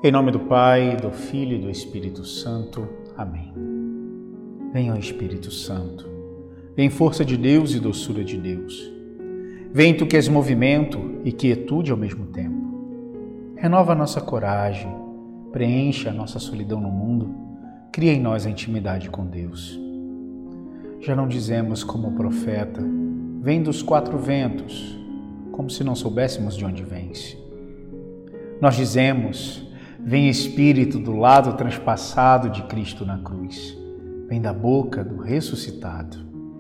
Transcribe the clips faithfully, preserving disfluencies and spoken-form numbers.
Em nome do Pai, do Filho e do Espírito Santo. Amém. Venha, ó Espírito Santo, vem força de Deus e doçura de Deus. Vem tu que és movimento e quietude ao mesmo tempo. Renova a nossa coragem, preencha a nossa solidão no mundo, cria em nós a intimidade com Deus. Já não dizemos como o profeta, vem dos quatro ventos, como se não soubéssemos de onde vens. Nós dizemos, vem Espírito do lado transpassado de Cristo na cruz, vem da boca do ressuscitado.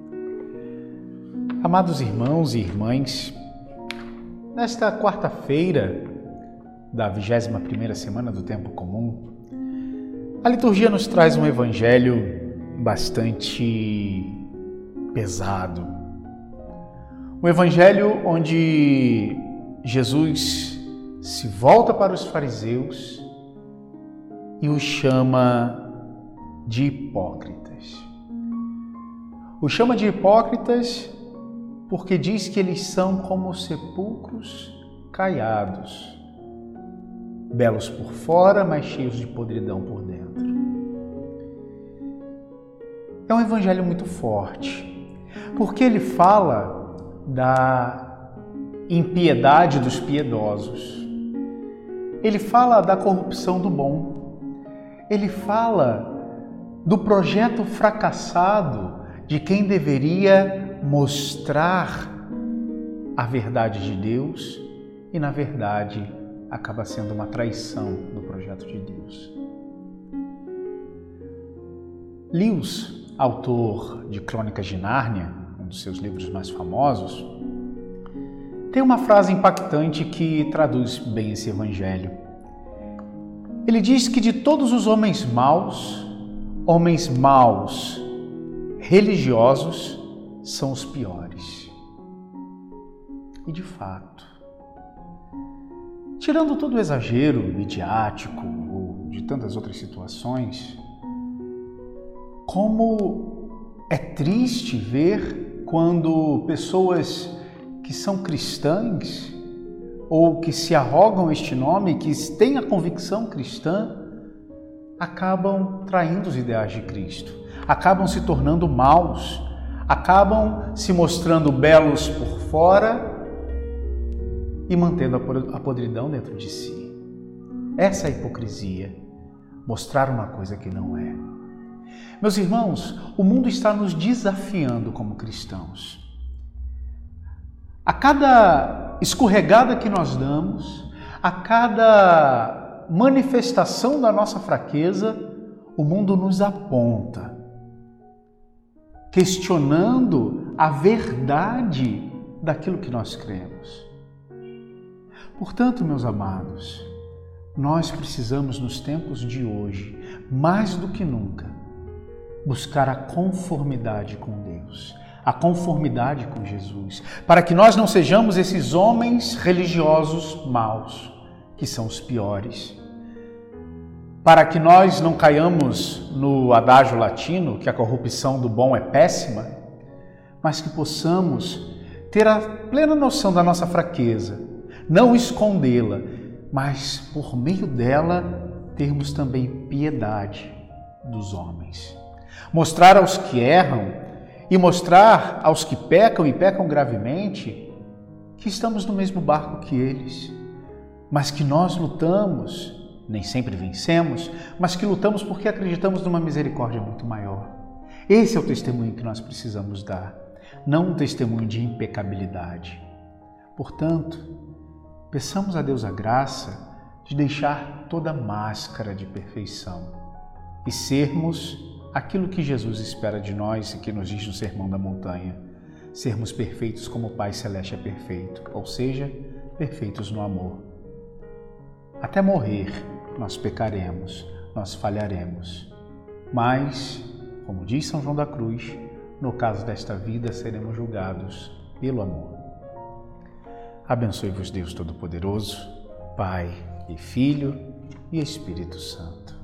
Amados irmãos e irmãs, nesta quarta-feira da vigésima primeira semana do Tempo Comum, a liturgia nos traz um evangelho bastante pesado. Um evangelho onde Jesus se volta para os fariseus e os chama de hipócritas. Os chama de hipócritas porque diz que eles são como sepulcros caiados, belos por fora, mas cheios de podridão por dentro. É um evangelho muito forte, porque ele fala da impiedade dos piedosos. Ele fala da corrupção do bom. Ele fala do projeto fracassado de quem deveria mostrar a verdade de Deus e, na verdade, acaba sendo uma traição do projeto de Deus. Lewis, autor de Crônicas de Nárnia, um dos seus livros mais famosos, tem uma frase impactante que traduz bem esse evangelho. Ele diz que de todos os homens maus, homens maus religiosos são os piores. E de fato, tirando todo o exagero midiático ou de tantas outras situações, como é triste ver quando pessoas que são cristãs ou que se arrogam este nome, que têm a convicção cristã, acabam traindo os ideais de Cristo, acabam se tornando maus, acabam se mostrando belos por fora e mantendo a podridão dentro de si. Essa é a hipocrisia, mostrar uma coisa que não é. Meus irmãos, o mundo está nos desafiando como cristãos. A cada escorregada que nós damos, a cada manifestação da nossa fraqueza, o mundo nos aponta, questionando a verdade daquilo que nós cremos. Portanto, meus amados, nós precisamos, nos tempos de hoje, mais do que nunca, buscar a conformidade com Deus, a conformidade com Jesus, para que nós não sejamos esses homens religiosos maus, que são os piores. Para que nós não caiamos no adágio latino, que a corrupção do bom é péssima, mas que possamos ter a plena noção da nossa fraqueza, não escondê-la, mas por meio dela termos também piedade dos homens. Mostrar aos que erram e mostrar aos que pecam e pecam gravemente que estamos no mesmo barco que eles, mas que nós lutamos, nem sempre vencemos, mas que lutamos porque acreditamos numa misericórdia muito maior. Esse é o testemunho que nós precisamos dar, não um testemunho de impecabilidade. Portanto, peçamos a Deus a graça de deixar toda máscara de perfeição e sermos aquilo que Jesus espera de nós e que nos diz no Sermão da Montanha, sermos perfeitos como o Pai Celeste é perfeito, ou seja, perfeitos no amor. Até morrer nós pecaremos, nós falharemos, mas, como diz São João da Cruz, no caso desta vida seremos julgados pelo amor. Abençoe-vos Deus Todo-Poderoso, Pai e Filho e Espírito Santo.